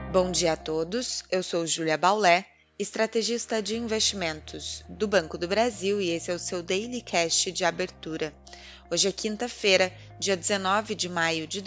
Bom dia a todos, eu sou Júlia Baulé, estrategista de investimentos do Banco do Brasil e esse é o seu Daily Cast de abertura. Hoje é quinta-feira, dia 19 de maio de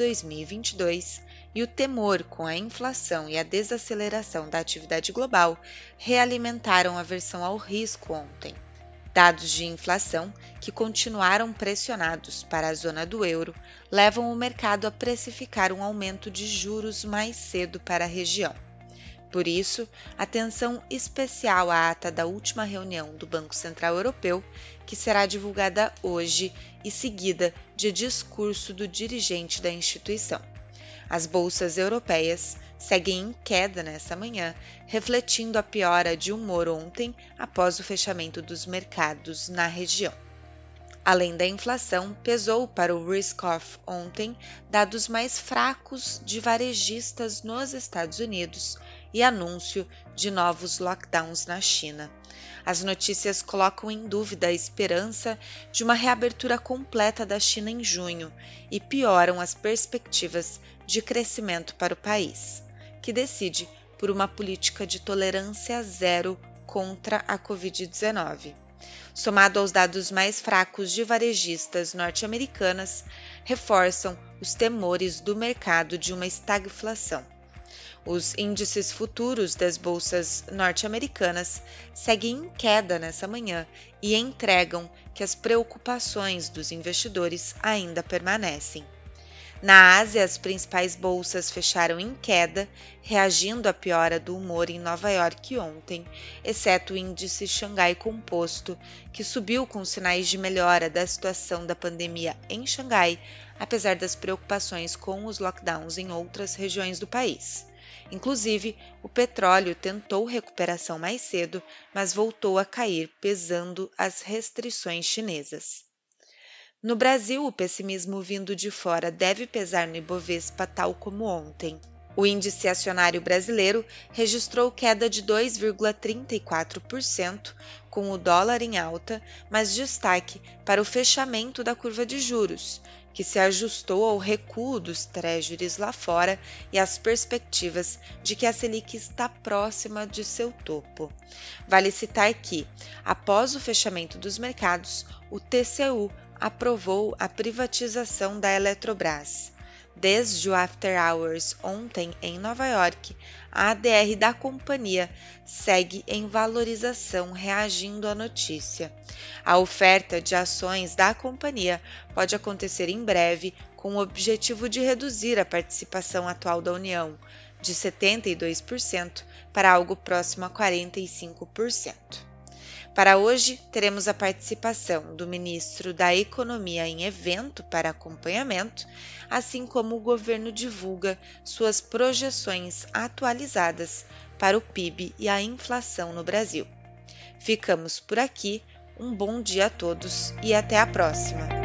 2022 e o temor com a inflação e a desaceleração da atividade global realimentaram a aversão ao risco ontem. Dados de inflação, que continuaram pressionados para a zona do euro, levam o mercado a precificar um aumento de juros mais cedo para a região. Por isso, atenção especial à ata da última reunião do Banco Central Europeu, que será divulgada hoje e seguida de discurso do dirigente da instituição. As bolsas europeias seguem em queda nesta manhã, refletindo a piora de humor ontem após o fechamento dos mercados na região. Além da inflação, pesou para o risk-off ontem dados mais fracos de varejistas nos Estados Unidos e anúncio de novos lockdowns na China. As notícias colocam em dúvida a esperança de uma reabertura completa da China em junho e pioram as perspectivas de crescimento para o país, que decide por uma política de tolerância zero contra a Covid-19. Somado aos dados mais fracos de varejistas norte-americanas, reforçam os temores do mercado de uma estagflação. Os índices futuros das bolsas norte-americanas seguem em queda nessa manhã e entregam que as preocupações dos investidores ainda permanecem. Na Ásia, as principais bolsas fecharam em queda, reagindo à piora do humor em Nova York ontem, exceto o índice Xangai Composto, que subiu com sinais de melhora da situação da pandemia em Xangai, apesar das preocupações com os lockdowns em outras regiões do país. Inclusive, o petróleo tentou recuperação mais cedo, mas voltou a cair, pesando as restrições chinesas. No Brasil, o pessimismo vindo de fora deve pesar no Ibovespa tal como ontem. O índice acionário brasileiro registrou queda de 2,34%, com o dólar em alta, mas destaque para o fechamento da curva de juros, que se ajustou ao recuo dos treasuries lá fora e às perspectivas de que a Selic está próxima de seu topo. Vale citar que, após o fechamento dos mercados, o TCU aprovou a privatização da Eletrobras. Desde o After Hours ontem em Nova York, a ADR da companhia segue em valorização reagindo à notícia. A oferta de ações da companhia pode acontecer em breve com o objetivo de reduzir a participação atual da União de 72% para algo próximo a 45%. Para hoje, teremos a participação do ministro da Economia em evento para acompanhamento, assim como o governo divulga suas projeções atualizadas para o PIB e a inflação no Brasil. Ficamos por aqui, um bom dia a todos e até a próxima!